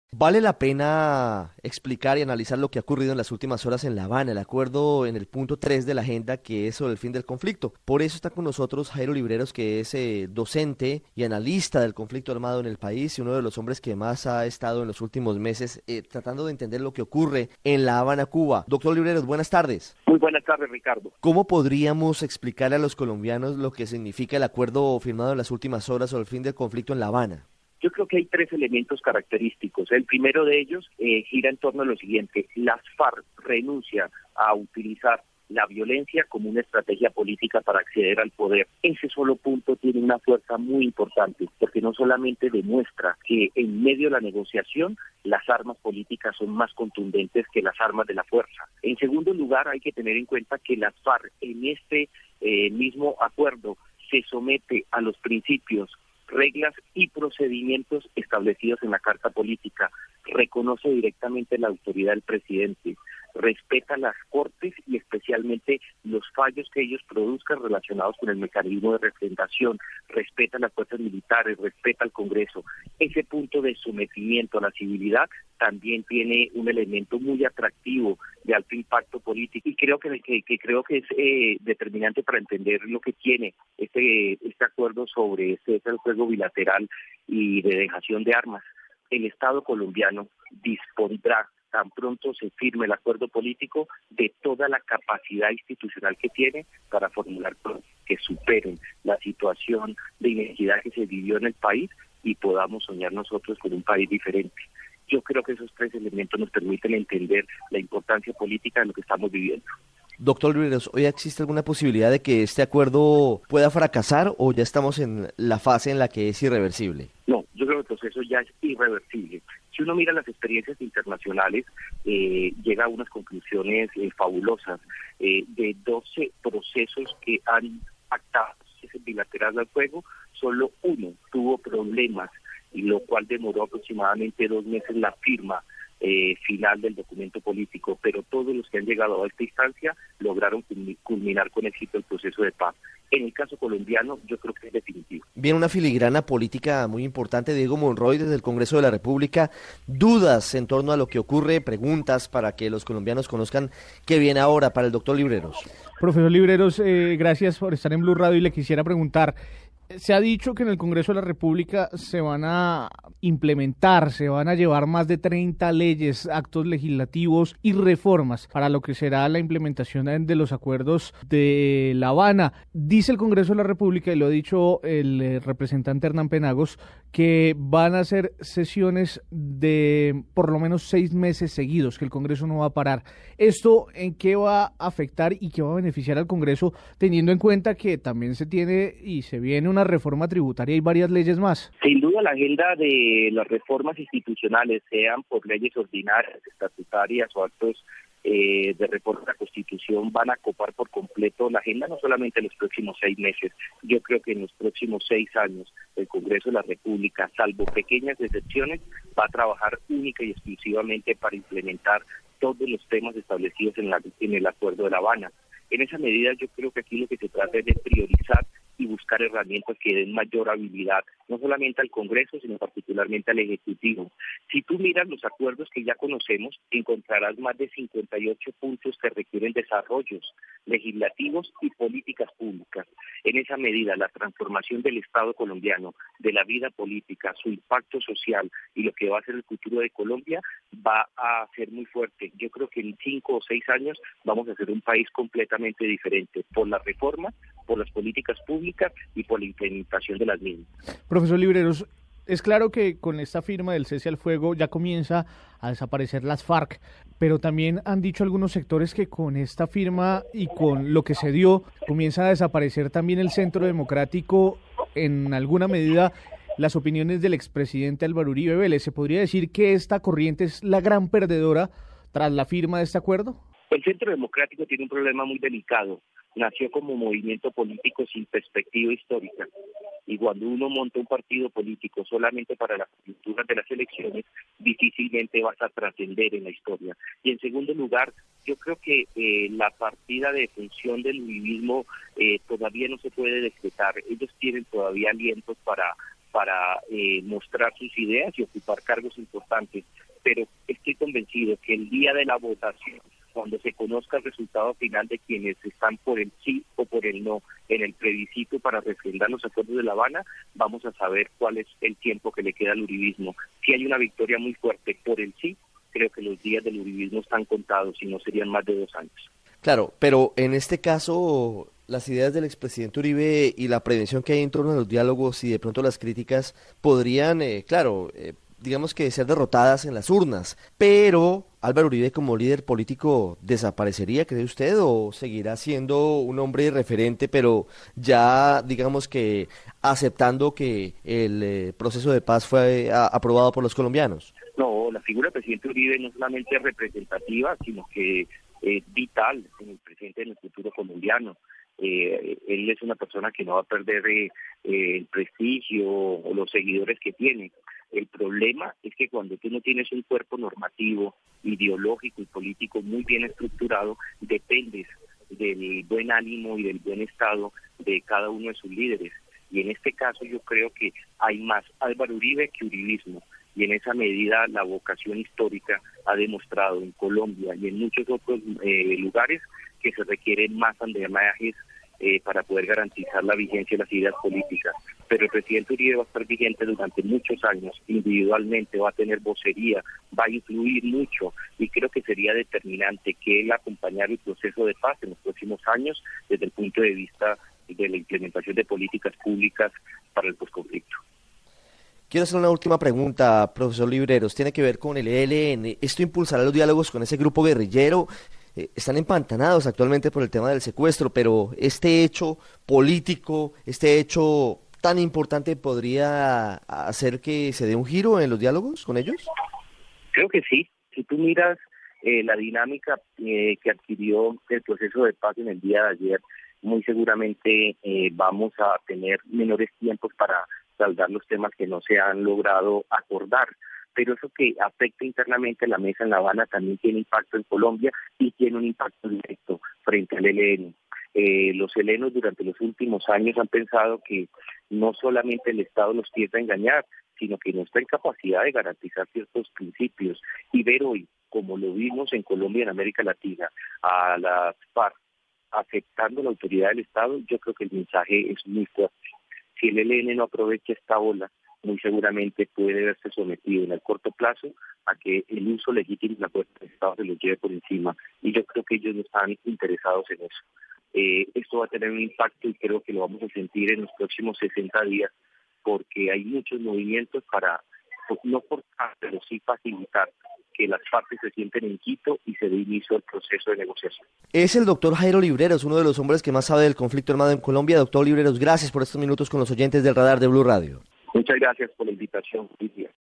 Vale la pena explicar y analizar lo que ha ocurrido en las últimas horas en La Habana, el acuerdo en el punto 3 de la agenda que es sobre el fin del conflicto. Por eso está con nosotros Jairo Libreros, que es docente y analista del conflicto armado en el país y uno de los hombres que más ha estado en los últimos meses tratando de entender lo que ocurre en La Habana, Cuba. Doctor Libreros, buenas tardes. Muy buenas tardes, Ricardo. ¿Cómo podríamos explicarle a los colombianos lo que significa el acuerdo firmado en las últimas horas sobre el fin del conflicto en La Habana? Yo creo que hay tres elementos característicos. El primero de ellos gira en torno a lo siguiente. Las FARC renuncia a utilizar la violencia como una estrategia política para acceder al poder. Ese solo punto tiene una fuerza muy importante, porque no solamente demuestra que en medio de la negociación las armas políticas son más contundentes que las armas de la fuerza. En segundo lugar, hay que tener en cuenta que las FARC en este mismo acuerdo se somete a los principios, reglas y procedimientos establecidos en la Carta Política, reconoce directamente la autoridad del presidente, respeta las cortes y especialmente los fallos que ellos produzcan relacionados con el mecanismo de representación, respeta las fuerzas militares, respeta al Congreso. Ese punto de sometimiento a la civilidad también tiene un elemento muy atractivo de alto impacto político y creo que es determinante para entender lo que tiene este acuerdo sobre este juego bilateral y de dejación de armas. El Estado colombiano dispondrá, tan pronto se firme el acuerdo político, de toda la capacidad institucional que tiene para formular planes que superen la situación de inequidad que se vivió en el país y podamos soñar nosotros con un país diferente. Yo creo que esos tres elementos nos permiten entender la importancia política de lo que estamos viviendo. Doctor Riveros, ¿hoy existe alguna posibilidad de que este acuerdo pueda fracasar o ya estamos en la fase en la que es irreversible? No, yo creo que el proceso ya es irreversible. Si uno mira las experiencias internacionales, llega a unas conclusiones fabulosas. De 12 procesos que han pactado ese bilateral al fuego, solo uno tuvo problemas, y lo cual demoró aproximadamente 2 meses la firma final del documento político, pero todos los que han llegado a esta instancia lograron culminar con éxito el proceso de paz. En el caso colombiano, yo creo que es definitivo. Viene una filigrana política muy importante, Diego Monroy, desde el Congreso de la República. Dudas en torno a lo que ocurre, preguntas para que los colombianos conozcan qué viene ahora para el doctor Libreros. Profesor Libreros, gracias por estar en Blue Radio y le quisiera preguntar, se ha dicho que en el Congreso de la República se van a implementar, se van a llevar más de 30 leyes, actos legislativos y reformas para lo que será la implementación de los acuerdos de La Habana. Dice el Congreso de la República, y lo ha dicho el representante Hernán Penagos, que van a ser sesiones de por lo menos 6 meses seguidos, que el Congreso no va a parar. ¿Esto en qué va a afectar y qué va a beneficiar al Congreso, teniendo en cuenta que también se tiene y se viene una reforma tributaria y varias leyes más? Sin duda la agenda de las reformas institucionales, sean por leyes ordinarias, estatutarias o actos de reforma a la Constitución, van a copar por completo la agenda, no solamente en los próximos 6 meses. Yo creo que en los próximos 6 años el Congreso de la República, salvo pequeñas excepciones, va a trabajar única y exclusivamente para implementar todos los temas establecidos en el Acuerdo de La Habana. En esa medida yo creo que aquí lo que se trata es de priorizar y buscar herramientas que den mayor habilidad, no solamente al Congreso, sino particularmente al Ejecutivo. Si tú miras los acuerdos que ya conocemos, encontrarás más de 58 puntos que requieren desarrollos legislativos y políticas públicas. En esa medida, la transformación del Estado colombiano, de la vida política, su impacto social y lo que va a ser el futuro de Colombia va a ser muy fuerte. Yo creo que en 5 o 6 años vamos a ser un país completamente diferente por la reforma, por las políticas públicas y por la implementación de las mismas. Profesor Libreros, es claro que con esta firma del cese al fuego ya comienza a desaparecer las FARC, pero también han dicho algunos sectores que con esta firma y con lo que se dio comienza a desaparecer también el Centro Democrático, en alguna medida las opiniones del expresidente Álvaro Uribe Vélez. ¿Se podría decir que esta corriente es la gran perdedora tras la firma de este acuerdo? El Centro Democrático tiene un problema muy delicado. Nació como movimiento político sin perspectiva histórica. Y cuando uno monta un partido político solamente para las coyunturas de las elecciones, difícilmente vas a trascender en la historia. Y en segundo lugar, yo creo que la partida de función del uribismo todavía no se puede decretar. Ellos tienen todavía alientos para para mostrar sus ideas y ocupar cargos importantes, pero estoy convencido que el día de la votación, cuando se conozca el resultado final de quienes están por el sí o por el no en el plebiscito para refrendar los acuerdos de La Habana, vamos a saber cuál es el tiempo que le queda al uribismo. Si hay una victoria muy fuerte por el sí, creo que los días del uribismo están contados y no serían más de 2 años. Claro, pero en este caso, las ideas del expresidente Uribe y la prevención que hay en torno a los diálogos y de pronto las críticas podrían, digamos que ser derrotadas en las urnas, pero Álvaro Uribe como líder político desaparecería, ¿cree usted? ¿O seguirá siendo un hombre referente, pero ya digamos que aceptando que el proceso de paz fue aprobado por los colombianos? No, la figura del presidente Uribe no solamente es representativa, sino que es vital en el presente y en el futuro colombiano. Él es una persona que no va a perder el prestigio o los seguidores que tiene. El problema es que cuando tú no tienes un cuerpo normativo, ideológico y político muy bien estructurado, dependes del buen ánimo y del buen estado de cada uno de sus líderes. Y en este caso yo creo que hay más Álvaro Uribe que uribismo. Y en esa medida la vocación histórica ha demostrado en Colombia y en muchos otros lugares que se requieren más andamiajes para poder garantizar la vigencia de las ideas políticas. Pero el presidente Uribe va a estar vigente durante muchos años, individualmente, va a tener vocería, va a influir mucho y creo que sería determinante que él acompañara el proceso de paz en los próximos años desde el punto de vista de la implementación de políticas públicas para el posconflicto. Quiero hacer una última pregunta, profesor Libreros. Tiene que ver con el ELN. ¿Esto impulsará los diálogos con ese grupo guerrillero? Están empantanados actualmente por el tema del secuestro, pero este hecho político, este hecho tan importante, ¿podría hacer que se dé un giro en los diálogos con ellos? Creo que sí. Si tú miras la dinámica que adquirió el proceso de paz en el día de ayer, muy seguramente vamos a tener menores tiempos para saldar los temas que no se han logrado acordar. Pero eso que afecta internamente a la mesa en La Habana también tiene impacto en Colombia y tiene un impacto directo frente al ELN. Los helenos durante los últimos años han pensado que no solamente el Estado los tiende a engañar, sino que no está en capacidad de garantizar ciertos principios. Y ver hoy, como lo vimos en Colombia y en América Latina, a las FARC aceptando la autoridad del Estado, yo creo que el mensaje es muy fuerte. Si el ELN no aprovecha esta ola, muy seguramente puede verse sometido en el corto plazo a que el uso legítimo de la fuerza del Estado se lo lleve por encima. Y yo creo que ellos no están interesados en eso. Esto va a tener un impacto y creo que lo vamos a sentir en los próximos 60 días, porque hay muchos movimientos para, no forzar, pero sí facilitar que las partes se sienten en Quito y se dé inicio al proceso de negociación. Es el doctor Jairo Libreros, uno de los hombres que más sabe del conflicto armado en Colombia. Doctor Libreros, gracias por estos minutos con los oyentes del Radar de Blue Radio. Muchas gracias por la invitación, Lidia.